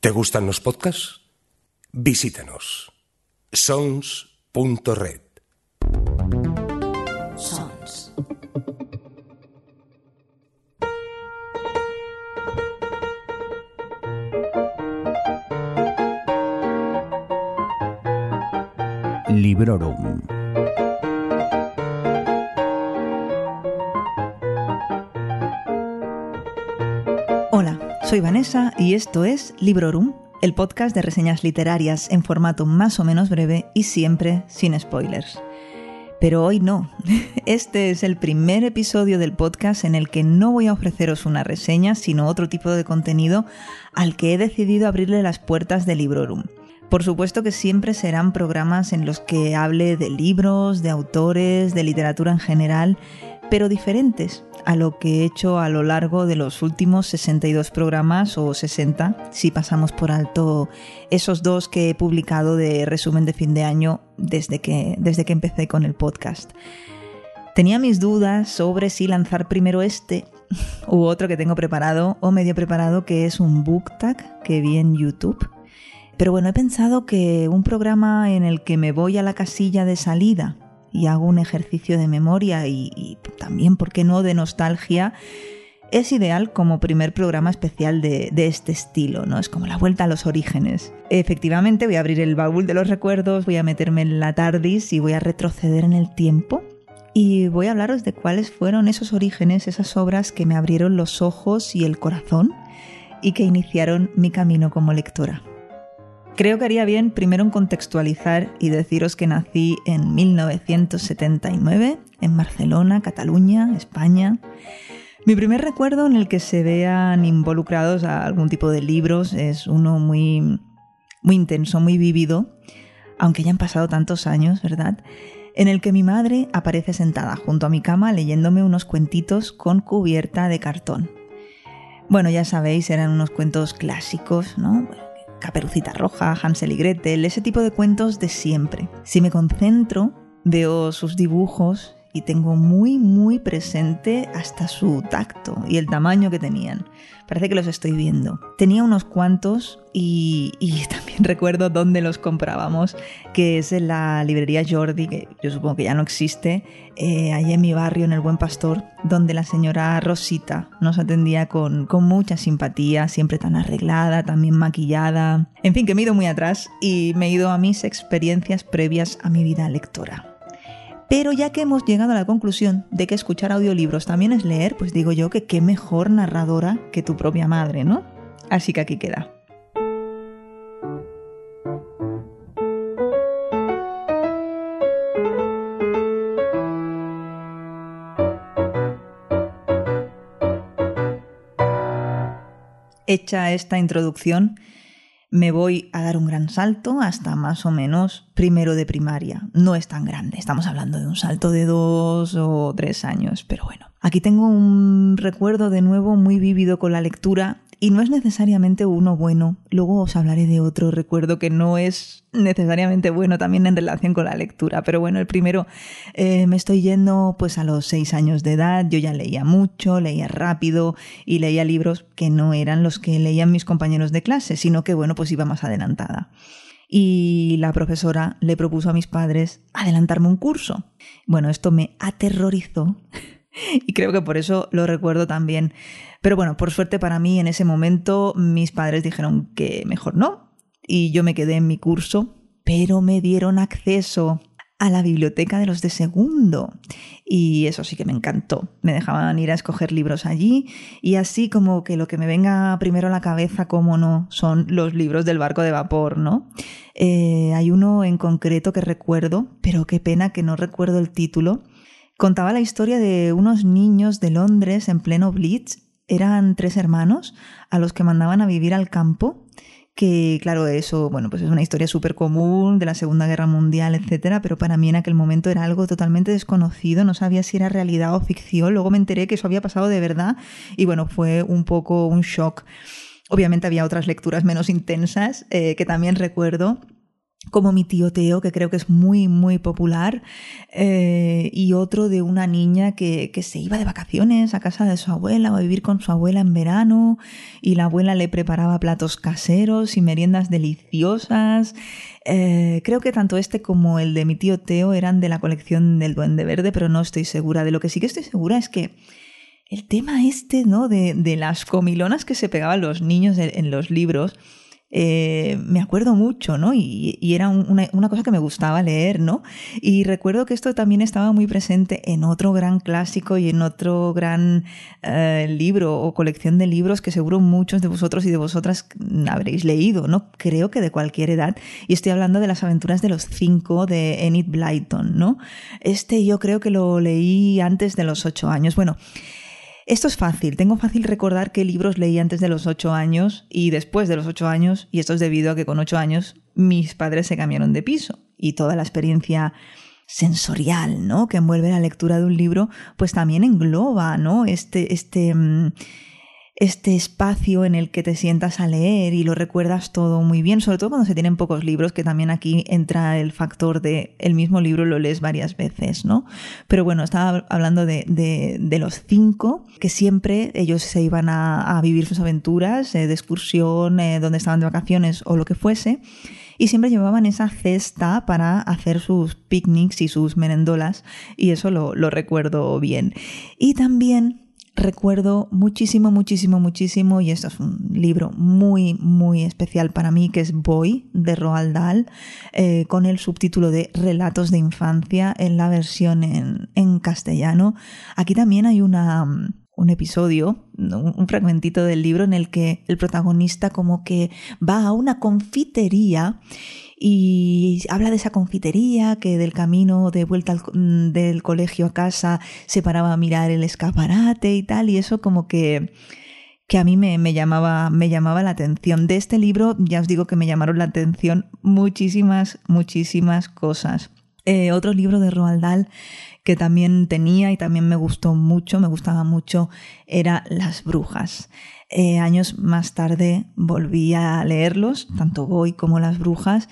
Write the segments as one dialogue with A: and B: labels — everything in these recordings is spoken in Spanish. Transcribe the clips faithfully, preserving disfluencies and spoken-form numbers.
A: ¿Te gustan los podcasts? Visítanos. sons punto red.
B: Sons.
C: Librorum.
B: Hola, soy Vanessa y esto es Librorum, el podcast de reseñas literarias en formato más o menos breve y siempre sin spoilers. Pero hoy no. Este es el primer episodio del podcast en el que no voy a ofreceros una reseña, sino otro tipo de contenido al que he decidido abrirle las puertas de Librorum. Por supuesto que siempre serán programas en los que hable de libros, de autores, de literatura en general, pero diferentes a lo que he hecho a lo largo de los últimos sesenta y dos programas, o sesenta, si pasamos por alto esos dos que he publicado de resumen de fin de año desde que, desde que empecé con el podcast. Tenía mis dudas sobre si lanzar primero este u otro que tengo preparado o medio preparado, que es un book tag que vi en YouTube. Pero bueno, he pensado que un programa en el que me voy a la casilla de salida y hago un ejercicio de memoria y, y también, ¿por qué no?, de nostalgia, es ideal como primer programa especial de, de este estilo, ¿no? Es como la vuelta a los orígenes. Efectivamente, voy a abrir el baúl de los recuerdos, voy a meterme en la TARDIS y voy a retroceder en el tiempo y voy a hablaros de cuáles fueron esos orígenes, esas obras que me abrieron los ojos y el corazón y que iniciaron mi camino como lectora. Creo que haría bien primero en contextualizar y deciros que nací en mil novecientos setenta y nueve en Barcelona, Cataluña, España. Mi primer recuerdo en el que se vean involucrados a algún tipo de libros es uno muy, muy intenso, muy vívido, aunque ya han pasado tantos años, ¿verdad?, en el que mi madre aparece sentada junto a mi cama leyéndome unos cuentitos con cubierta de cartón. Bueno, ya sabéis, eran unos cuentos clásicos, ¿no? Caperucita Roja, Hansel y Gretel, ese tipo de cuentos de siempre. Si me concentro, veo sus dibujos y tengo muy, muy presente hasta su tacto y el tamaño que tenían. Parece que los estoy viendo. Tenía unos cuantos y, y también recuerdo dónde los comprábamos, que es en la librería Jordi, que yo supongo que ya no existe, eh, allí en mi barrio, en el Buen Pastor, donde la señora Rosita nos atendía con, con mucha simpatía, siempre tan arreglada, también maquillada. En fin, que me he ido muy atrás y me he ido a mis experiencias previas a mi vida lectora. Pero ya que hemos llegado a la conclusión de que escuchar audiolibros también es leer, pues digo yo que qué mejor narradora que tu propia madre, ¿no? Así que aquí queda. Hecha esta introducción, me voy a dar un gran salto hasta más o menos primero de primaria. No es tan grande, estamos hablando de un salto de dos o tres años, pero bueno. Aquí tengo un recuerdo de nuevo muy vívido con la lectura y no es necesariamente uno bueno. Luego os hablaré de otro recuerdo que no es necesariamente bueno también en relación con la lectura. Pero bueno, el primero, eh, me estoy yendo pues a los seis años de edad. Yo ya leía mucho, leía rápido y leía libros que no eran los que leían mis compañeros de clase, sino que bueno, pues iba más adelantada. Y la profesora le propuso a mis padres adelantarme un curso. Bueno, esto me aterrorizó. Y creo que por eso lo recuerdo tan bien. Pero bueno, por suerte para mí en ese momento mis padres dijeron que mejor no. Y yo me quedé en mi curso, pero me dieron acceso a la biblioteca de los de segundo. Y eso sí que me encantó. Me dejaban ir a escoger libros allí y así como que lo que me venga primero a la cabeza, cómo no, son los libros del barco de vapor, ¿no? Eh, hay uno en concreto que recuerdo, pero qué pena que no recuerdo el título. Contaba la historia de unos niños de Londres en pleno Blitz. Eran tres hermanos a los que mandaban a vivir al campo, que claro, eso, bueno, pues es una historia súper común de la Segunda Guerra Mundial, etcétera, pero para mí en aquel momento era algo totalmente desconocido, no sabía si era realidad o ficción. Luego me enteré que eso había pasado de verdad y bueno, fue un poco un shock. Obviamente había otras lecturas menos intensas eh, que también recuerdo. como Mi tío Teo, que creo que es muy, muy popular, eh, y otro de una niña que, que se iba de vacaciones a casa de su abuela o a vivir con su abuela en verano y la abuela le preparaba platos caseros y meriendas deliciosas. Eh, creo que tanto este como el de Mi tío Teo eran de la colección del Duende Verde, pero no estoy segura. De lo que sí que estoy segura es que el tema este, ¿no?, de, de las comilonas que se pegaban los niños en, en los libros, Eh, me acuerdo mucho, ¿no? Y, y era una, una cosa que me gustaba leer, ¿no? Y recuerdo que esto también estaba muy presente en otro gran clásico y en otro gran eh, libro o colección de libros que seguro muchos de vosotros y de vosotras habréis leído, ¿no? Creo que de cualquier edad. Y estoy hablando de Las aventuras de los cinco de Enid Blyton, ¿no? Este yo creo que lo leí antes de los ocho años. Bueno, esto es fácil, tengo fácil recordar qué libros leí antes de los ocho años y después de los ocho años, y esto es debido a que con ocho años mis padres se cambiaron de piso y toda la experiencia sensorial, ¿no?, que envuelve la lectura de un libro, pues también engloba, ¿no?, este, este, este espacio en el que te sientas a leer y lo recuerdas todo muy bien, sobre todo cuando se tienen pocos libros, que también aquí entra el factor de el mismo libro lo lees varias veces, ¿no? Pero bueno, estaba hablando de, de, de los cinco, que siempre ellos se iban a, a vivir sus aventuras eh, de excursión, eh, donde estaban de vacaciones o lo que fuese, y siempre llevaban esa cesta para hacer sus picnics y sus merendolas, y eso lo, lo recuerdo bien. Y también recuerdo muchísimo, muchísimo, muchísimo, y esto es un libro muy, muy especial para mí, que es Boy, de Roald Dahl, eh, con el subtítulo de Relatos de Infancia en la versión en, en castellano. Aquí también hay una... un episodio, un fragmentito del libro en el que el protagonista como que va a una confitería y habla de esa confitería, que del camino de vuelta al, del colegio a casa se paraba a mirar el escaparate y tal, y eso como que, que a mí me, me, llamaba, me llamaba la atención. De este libro ya os digo que me llamaron la atención muchísimas, muchísimas cosas. Eh, otro libro de Roald Dahl que también tenía y también me gustó mucho, me gustaba mucho, era Las brujas. Eh, años más tarde volví a leerlos, tanto Boy como Las brujas,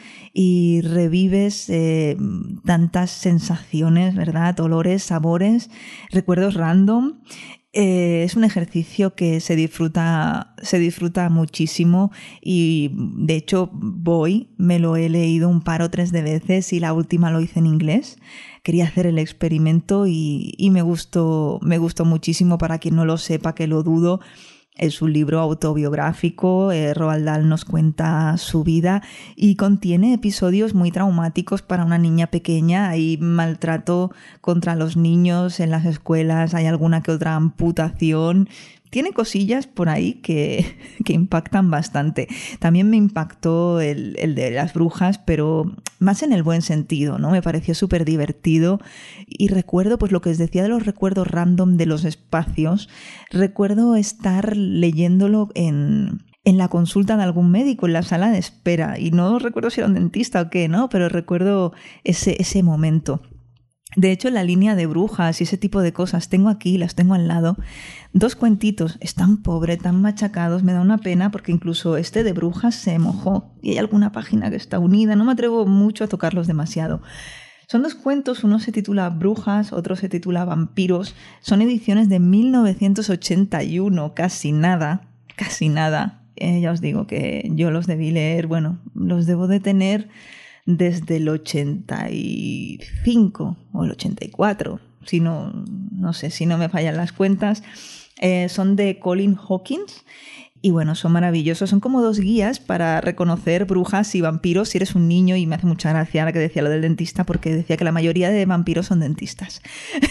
B: y revives eh, tantas sensaciones, ¿verdad? Olores, sabores, recuerdos random. Eh, es un ejercicio que se disfruta, se disfruta muchísimo, y de hecho Boy me lo he leído un par o tres de veces y la última lo hice en inglés. Quería hacer el experimento y, y me gustó, me gustó muchísimo. Para quien no lo sepa, que lo dudo, es un libro autobiográfico. eh, Roald Dahl nos cuenta su vida y contiene episodios muy traumáticos para una niña pequeña. Hay maltrato contra los niños en las escuelas, hay alguna que otra amputación. Tiene cosillas por ahí que, que impactan bastante. También me impactó el, el de Las brujas, pero más en el buen sentido, ¿no? Me pareció súper divertido. Y recuerdo, pues lo que os decía de los recuerdos random de los espacios, recuerdo estar leyéndolo en... en la consulta de algún médico, en la sala de espera. Y no recuerdo si era un dentista o qué, ¿no? Pero recuerdo ese, ese momento. De hecho, en la línea de brujas y ese tipo de cosas, tengo aquí, las tengo al lado, dos cuentitos. Están pobres, tan machacados, me da una pena porque incluso este de brujas se mojó y hay alguna página que está unida. No me atrevo mucho a tocarlos demasiado. Son dos cuentos, uno se titula Brujas, otro se titula Vampiros. Son ediciones de mil novecientos ochenta y uno, casi nada, casi nada. Eh, ya os digo que yo los debí leer, bueno, los debo de tener desde el ochenta y cinco o el ochenta y cuatro, si no, no sé, si no me fallan las cuentas. Eh, son de Colin Hawkins y bueno, son maravillosos. Son como dos guías para reconocer brujas y vampiros si eres un niño, y me hace mucha gracia la que decía lo del dentista, porque decía que la mayoría de vampiros son dentistas.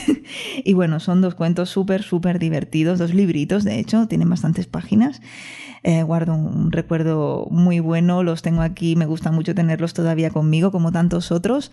B: Y bueno, son dos cuentos súper, súper divertidos, dos libritos, de hecho, tienen bastantes páginas. Eh, guardo un recuerdo muy bueno, los tengo aquí, me gusta mucho tenerlos todavía conmigo, como tantos otros.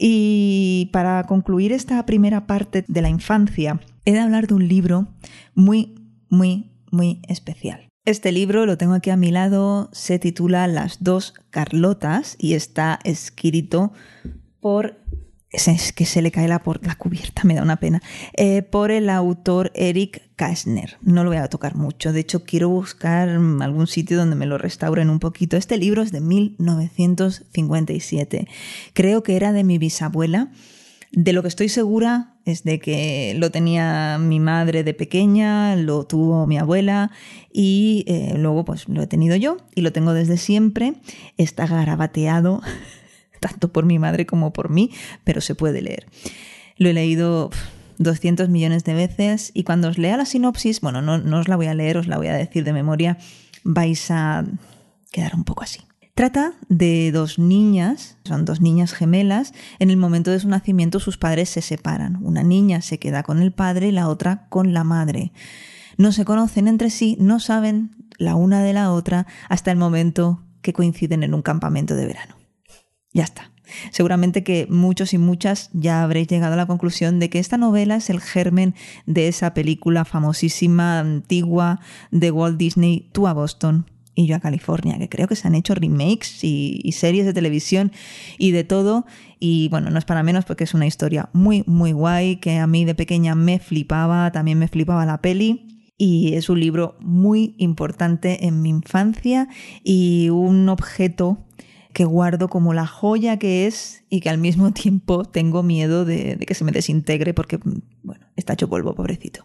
B: Y para concluir esta primera parte de la infancia, he de hablar de un libro muy, muy, muy especial. Este libro lo tengo aquí a mi lado, se titula Las dos Carlotas y está escrito por Es, es que se le cae la, por, la cubierta, me da una pena. Eh, por el autor Eric Kästner. No lo voy a tocar mucho. De hecho, quiero buscar algún sitio donde me lo restauren un poquito. Este libro es de mil novecientos cincuenta y siete. Creo que era de mi bisabuela. De lo que estoy segura es de que lo tenía mi madre de pequeña, lo tuvo mi abuela y eh, luego pues lo he tenido yo y lo tengo desde siempre. Está garabateado tanto por mi madre como por mí, pero se puede leer. Lo he leído doscientos millones de veces y cuando os lea la sinopsis, bueno, no, no os la voy a leer, os la voy a decir de memoria, vais a quedar un poco así. Trata de dos niñas, son dos niñas gemelas. En el momento de su nacimiento sus padres se separan. Una niña se queda con el padre y la otra con la madre. No se conocen entre sí, no saben la una de la otra hasta el momento que coinciden en un campamento de verano. Ya está. Seguramente que muchos y muchas ya habréis llegado a la conclusión de que esta novela es el germen de esa película famosísima, antigua, de Walt Disney, Tú a Boston y yo a California, que creo que se han hecho remakes y, y series de televisión y de todo. Y bueno, no es para menos porque es una historia muy, muy guay, que a mí de pequeña me flipaba, también me flipaba la peli. Y es un libro muy importante en mi infancia y un objeto que guardo como la joya que es y que al mismo tiempo tengo miedo de, de que se me desintegre porque, bueno, está hecho polvo, pobrecito.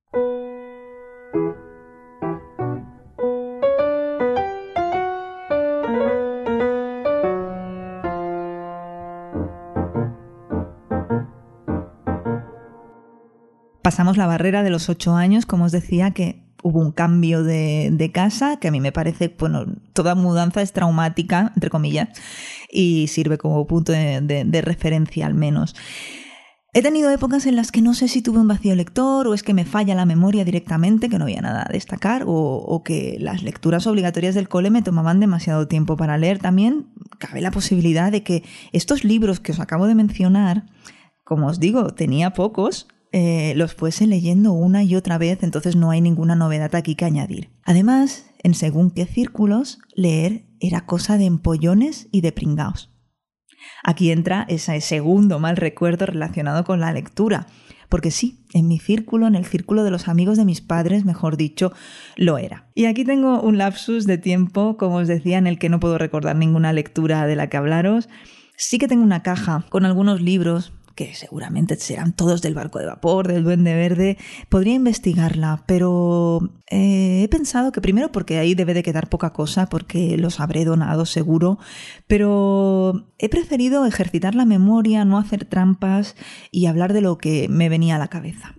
B: Pasamos la barrera de los ocho años, como os decía, que hubo un cambio de, de casa, que a mí me parece, bueno, toda mudanza es traumática, entre comillas, y sirve como punto de, de, de referencia al menos. He tenido épocas en las que no sé si tuve un vacío lector o es que me falla la memoria directamente, que no había nada a destacar, o, o que las lecturas obligatorias del cole me tomaban demasiado tiempo para leer. También cabe la posibilidad de que estos libros que os acabo de mencionar, como os digo, tenía pocos, Eh, los fuese leyendo una y otra vez, entonces no hay ninguna novedad aquí que añadir. Además, en según qué círculos, leer era cosa de empollones y de pringaos. Aquí entra ese segundo mal recuerdo relacionado con la lectura, porque sí, en mi círculo, en el círculo de los amigos de mis padres, mejor dicho, lo era. Y aquí tengo un lapsus de tiempo, como os decía, en el que no puedo recordar ninguna lectura de la que hablaros. Sí que tengo una caja con algunos libros que seguramente serán todos del Barco de Vapor, del Duende Verde. Podría investigarla, pero eh, he pensado que primero porque ahí debe de quedar poca cosa, porque los habré donado seguro, pero he preferido ejercitar la memoria, no hacer trampas y hablar de lo que me venía a la cabeza.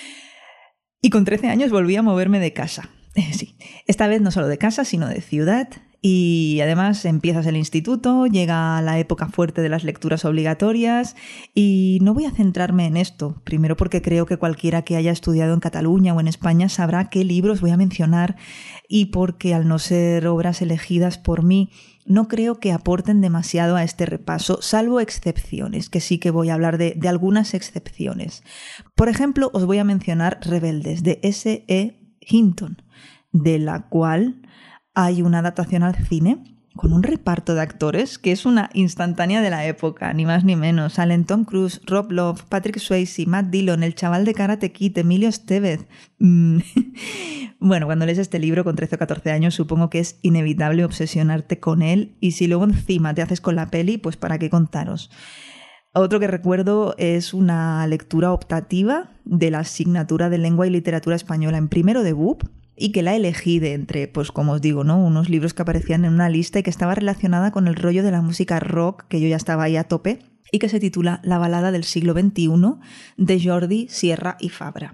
B: Y con trece años volví a moverme de casa. Eh, sí, esta vez no solo de casa, sino de ciudad. Y además empiezas el instituto, llega la época fuerte de las lecturas obligatorias y no voy a centrarme en esto, primero porque creo que cualquiera que haya estudiado en Cataluña o en España sabrá qué libros voy a mencionar y porque al no ser obras elegidas por mí no creo que aporten demasiado a este repaso, salvo excepciones, que sí que voy a hablar de, de algunas excepciones. Por ejemplo, os voy a mencionar Rebeldes de ese e Hinton, de la cual hay una adaptación al cine con un reparto de actores que es una instantánea de la época, ni más ni menos. Salen Tom Cruise, Rob Lowe, Patrick Swayze, Matt Dillon, el chaval de Karate Kid, Emilio Estevez. Mm. Bueno, cuando lees este libro con trece o catorce años supongo que es inevitable obsesionarte con él y si luego encima te haces con la peli, pues para qué contaros. Otro que recuerdo es una lectura optativa de la asignatura de Lengua y Literatura Española en primero de B U P, y que la elegí de entre, pues como os digo, ¿no? Unos libros que aparecían en una lista y que estaba relacionada con el rollo de la música rock, que yo ya estaba ahí a tope, y que se titula La balada del siglo veintiuno, de Jordi, Sierra y Fabra.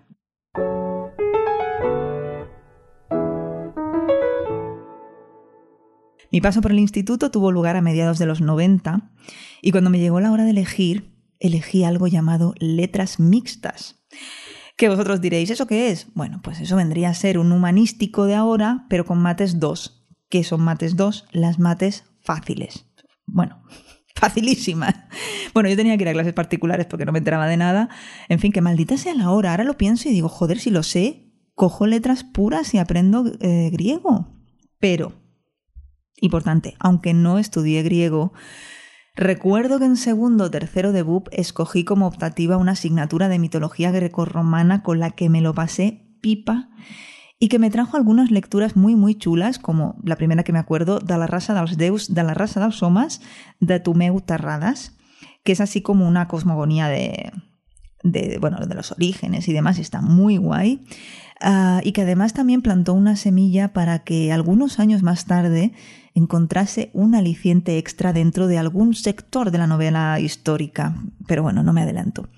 B: Mi paso por el instituto tuvo lugar a mediados de los noventa, y cuando me llegó la hora de elegir, elegí algo llamado letras mixtas. Que vosotros diréis, ¿eso qué es? Bueno, pues eso vendría a ser un humanístico de ahora, pero con mates dos. ¿Qué son mates dos? Las mates fáciles. Bueno, facilísimas. Bueno, yo tenía que ir a clases particulares porque no me enteraba de nada. En fin, que maldita sea la hora. Ahora lo pienso y digo, joder, si lo sé, cojo letras puras y aprendo eh, griego. Pero, importante, aunque no estudié griego, Recuerdo que en segundo o tercero de B U P escogí como optativa una asignatura de mitología grecorromana con la que me lo pasé pipa y que me trajo algunas lecturas muy muy chulas, como la primera que me acuerdo, de la raza dels déus, de la raza dels homes, de Tomeu Terradas, que es así como una cosmogonía de, de, bueno, de los orígenes y demás, y está muy guay. Uh, y que además también plantó una semilla para que algunos años más tarde encontrase un aliciente extra dentro de algún sector de la novela histórica. Pero bueno, no me adelanto.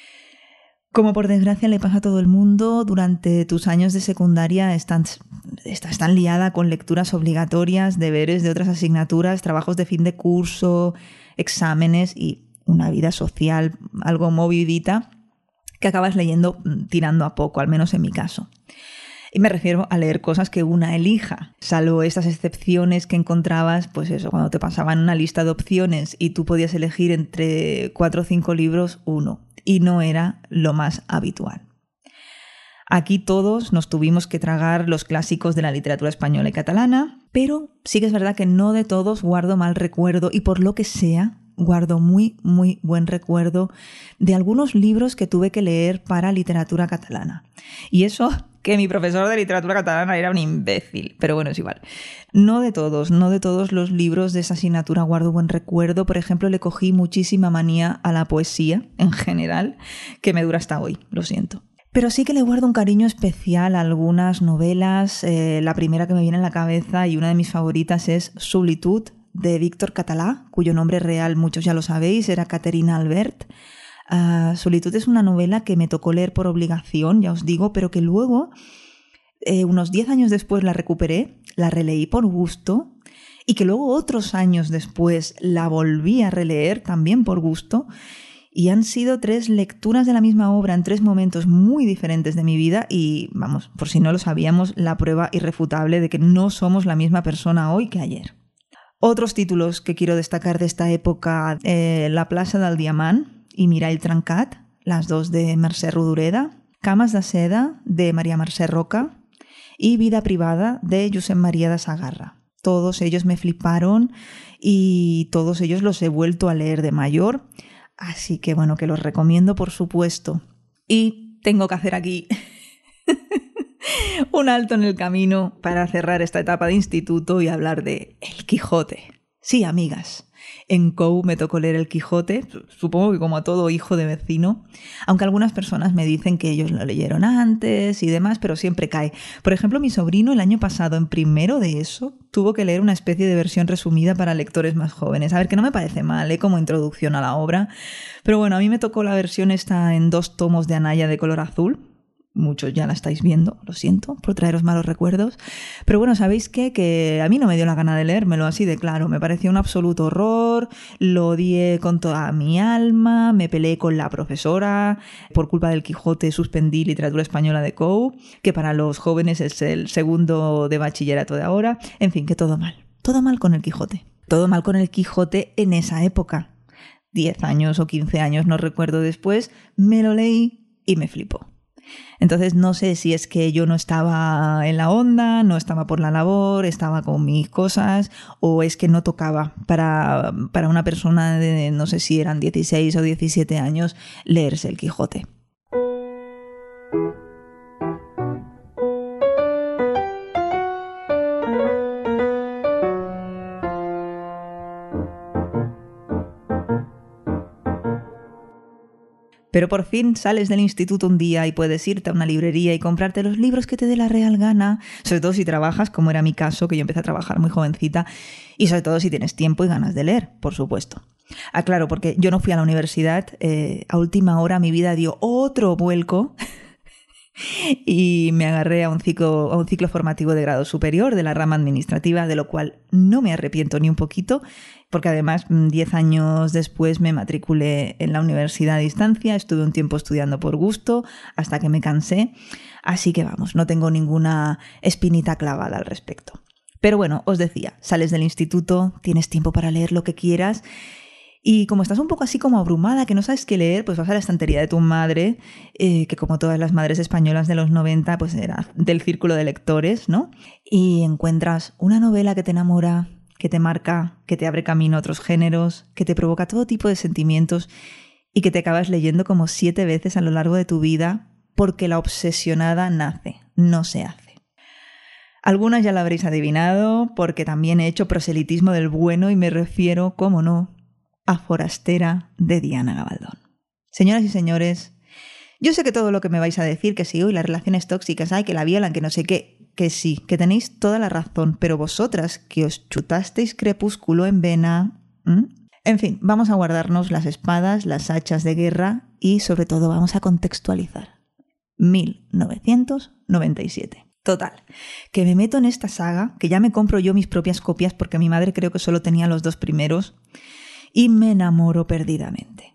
B: Como por desgracia le pasa a todo el mundo, durante tus años de secundaria estás, estás tan liada con lecturas obligatorias, deberes de otras asignaturas, trabajos de fin de curso, exámenes y una vida social algo movidita, que acabas leyendo tirando a poco, al menos en mi caso. Y me refiero a leer cosas que una elija, salvo estas excepciones que encontrabas, pues eso, cuando te pasaban una lista de opciones y tú podías elegir entre cuatro o cinco libros, uno, y no era lo más habitual. Aquí todos nos tuvimos que tragar los clásicos de la literatura española y catalana, pero sí que es verdad que no de todos guardo mal recuerdo y por lo que sea, guardo muy, muy buen recuerdo de algunos libros que tuve que leer para literatura catalana. Y eso que mi profesor de literatura catalana era un imbécil, pero bueno, es igual. No de todos, no de todos los libros de esa asignatura guardo buen recuerdo. Por ejemplo, le cogí muchísima manía a la poesía en general, que me dura hasta hoy, lo siento. Pero sí que le guardo un cariño especial a algunas novelas. Eh, la primera que me viene a la cabeza y una de mis favoritas es Solitud, de Víctor Català, cuyo nombre real muchos ya lo sabéis, era Caterina Albert. Uh, Solitud es una novela que me tocó leer por obligación, ya os digo, pero que luego, eh, unos diez años después la recuperé, la releí por gusto y que luego otros años después la volví a releer también por gusto y han sido tres lecturas de la misma obra en tres momentos muy diferentes de mi vida y, vamos, por si no lo sabíamos, la prueba irrefutable de que no somos la misma persona hoy que ayer. Otros títulos que quiero destacar de esta época, eh, La plaça del Diamant y Mirall Trencat, las dos de Mercè Rodoreda, Cames de seda de María Mercè Roca y Vida privada de Josep María de Sagarra. Todos ellos me fliparon y todos ellos los he vuelto a leer de mayor, así que bueno, que los recomiendo por supuesto. Y tengo que hacer aquí un alto en el camino para cerrar esta etapa de instituto y hablar de El Quijote. Sí, amigas, en C O U me tocó leer El Quijote, supongo que como a todo hijo de vecino, aunque algunas personas me dicen que ellos lo leyeron antes y demás, pero siempre cae. Por ejemplo, mi sobrino el año pasado, en primero de eso, tuvo que leer una especie de versión resumida para lectores más jóvenes. A ver, que no me parece mal, ¿eh? Como introducción a la obra, pero bueno, a mí me tocó la versión esta en dos tomos de Anaya de color azul. Muchos ya la estáis viendo, lo siento por traeros malos recuerdos. Pero bueno, ¿sabéis qué? Que a mí no me dio la gana de leérmelo así de claro. Me pareció un absoluto horror, lo odié con toda mi alma, me peleé con la profesora. Por culpa del Quijote suspendí literatura española de C O U, que para los jóvenes es el segundo de bachillerato de ahora. En fin, que todo mal. Todo mal con el Quijote. Todo mal con el Quijote en esa época. Diez años o quince años, no recuerdo después, me lo leí y me flipó. Entonces no sé si es que yo no estaba en la onda, no estaba por la labor, estaba con mis cosas o es que no tocaba para, para una persona de no sé si eran dieciséis o diecisiete años leerse El Quijote. Pero por fin sales del instituto un día y puedes irte a una librería y comprarte los libros que te dé la real gana, sobre todo si trabajas, como era mi caso, que yo empecé a trabajar muy jovencita, y sobre todo si tienes tiempo y ganas de leer, por supuesto. Ah, claro, porque yo no fui a la universidad, eh, a última hora mi vida dio otro vuelco y me agarré a un ciclo, a un ciclo formativo de grado superior de la rama administrativa, de lo cual no me arrepiento ni un poquito, porque además diez años después me matriculé en la universidad a distancia, estuve un tiempo estudiando por gusto hasta que me cansé, así que vamos, no tengo ninguna espinita clavada al respecto. Pero bueno, os decía, sales del instituto, tienes tiempo para leer lo que quieras y como estás un poco así como abrumada, que no sabes qué leer, pues vas a la estantería de tu madre, eh, que como todas las madres españolas de los noventa, pues era del círculo de lectores, ¿no? Y encuentras una novela que te enamora, que te marca, que te abre camino a otros géneros, que te provoca todo tipo de sentimientos y que te acabas leyendo como siete veces a lo largo de tu vida porque la obsesionada nace, no se hace. Algunas ya lo habréis adivinado porque también he hecho proselitismo del bueno y me refiero, cómo no, a Forastera de Diana Gabaldón. Señoras y señores, yo sé que todo lo que me vais a decir, que sí, hoy las relaciones tóxicas, ay, que la violan, que no sé qué, que sí, que tenéis toda la razón, pero vosotras que os chutasteis Crepúsculo en vena... ¿m? En fin, vamos a guardarnos las espadas, las hachas de guerra y sobre todo vamos a contextualizar. mil novecientos noventa y siete. Total, que me meto en esta saga, que ya me compro yo mis propias copias porque mi madre creo que solo tenía los dos primeros, y me enamoro perdidamente.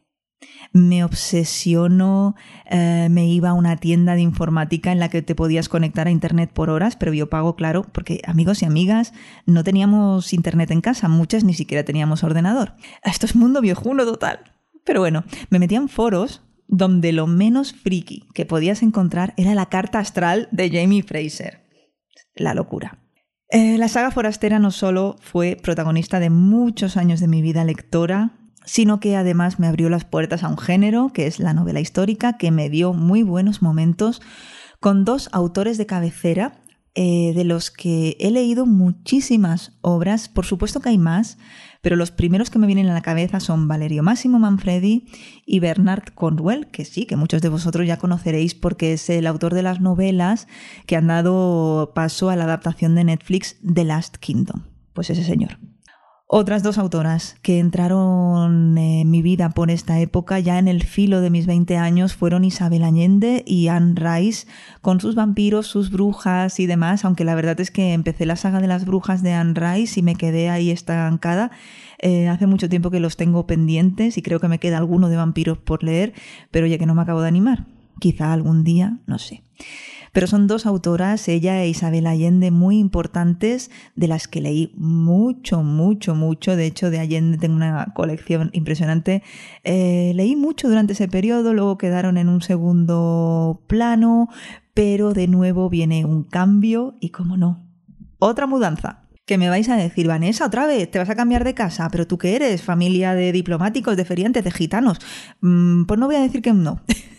B: Me obsesiono, eh, me iba a una tienda de informática en la que te podías conectar a internet por horas, pero yo pago, claro, porque amigos y amigas no teníamos internet en casa, muchas ni siquiera teníamos ordenador. Esto es mundo viejuno total. Pero bueno, me metía en foros donde lo menos friki que podías encontrar era la carta astral de Jamie Fraser. La locura. Eh, la saga Forastera no solo fue protagonista de muchos años de mi vida lectora, sino que además me abrió las puertas a un género, que es la novela histórica, que me dio muy buenos momentos con dos autores de cabecera, eh, de los que he leído muchísimas obras. Por supuesto que hay más, pero los primeros que me vienen a la cabeza son Valerio Massimo Manfredi y Bernard Cornwell, que sí, que muchos de vosotros ya conoceréis porque es el autor de las novelas que han dado paso a la adaptación de Netflix The Last Kingdom. Pues ese señor. Otras dos autoras que entraron en mi vida por esta época, ya en el filo de mis veinte años, fueron Isabel Allende y Anne Rice, con sus vampiros, sus brujas y demás, aunque la verdad es que empecé la saga de las brujas de Anne Rice y me quedé ahí estancada. Eh, hace mucho tiempo que los tengo pendientes y creo que me queda alguno de vampiros por leer, pero ya que no me acabo de animar. Quizá algún día, no sé. Pero son dos autoras, ella e Isabel Allende, muy importantes, de las que leí mucho, mucho, mucho. De hecho, de Allende tengo una colección impresionante. Eh, leí mucho durante ese periodo, luego quedaron en un segundo plano, pero de nuevo viene un cambio y, cómo no, otra mudanza. Que me vais a decir, Vanessa, otra vez, te vas a cambiar de casa, pero ¿tú qué eres? ¿Familia de diplomáticos, de feriantes, de gitanos? Mm, pues no voy a decir que no.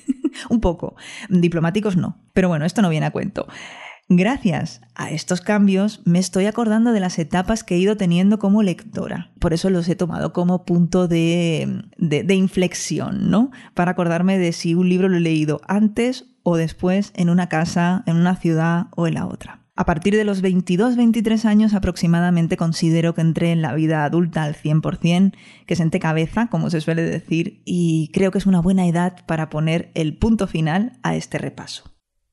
B: Un poco. Diplomáticos no. Pero bueno, esto no viene a cuento. Gracias a estos cambios me estoy acordando de las etapas que he ido teniendo como lectora. Por eso los he tomado como punto de, de, de inflexión, ¿no? Para acordarme de si un libro lo he leído antes o después, en una casa, en una ciudad o en la otra. A partir de los veintidós veintitrés años aproximadamente considero que entré en la vida adulta al cien por ciento, que senté cabeza, como se suele decir, y creo que es una buena edad para poner el punto final a este repaso.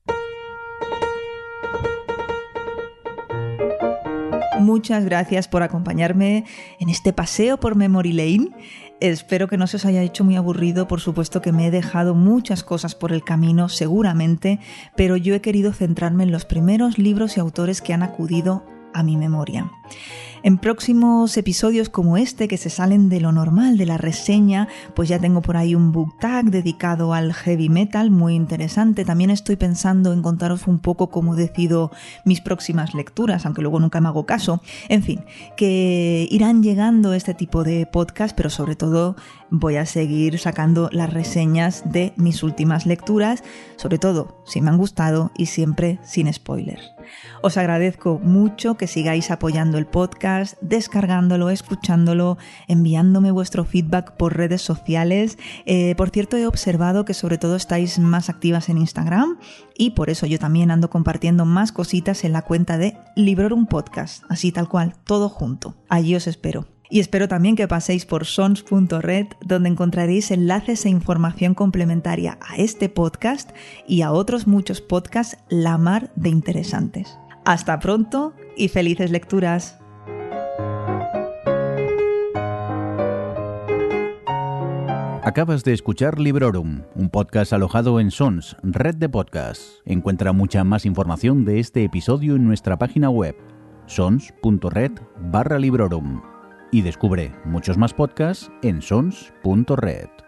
B: Muchas gracias por acompañarme en este paseo por Memory Lane. Espero que no se os haya hecho muy aburrido, por supuesto que me he dejado muchas cosas por el camino, seguramente, pero yo he querido centrarme en los primeros libros y autores que han acudido a mi memoria. En próximos episodios como este, que se salen de lo normal de la reseña, pues ya tengo por ahí un book tag dedicado al heavy metal, muy interesante. También estoy pensando en contaros un poco cómo decido mis próximas lecturas, aunque luego nunca me hago caso. En fin, que irán llegando este tipo de podcast, pero sobre todo voy a seguir sacando las reseñas de mis últimas lecturas, sobre todo si me han gustado y siempre sin spoilers. Os agradezco mucho que sigáis apoyando el podcast, descargándolo, escuchándolo, enviándome vuestro feedback por redes sociales. Eh, por cierto, he observado que sobre todo estáis más activas en Instagram y por eso yo también ando compartiendo más cositas en la cuenta de Librorum Podcast, así tal cual, todo junto. Allí os espero. Y espero también que paséis por sons punto red, donde encontraréis enlaces e información complementaria a este podcast y a otros muchos podcasts la mar de interesantes. Hasta pronto y felices lecturas.
C: Acabas de escuchar Librorum, un podcast alojado en Sons, red de podcasts. Encuentra mucha más información de este episodio en nuestra página web, sons punto red barra Librorum. Y descubre muchos más podcasts en sons punto red.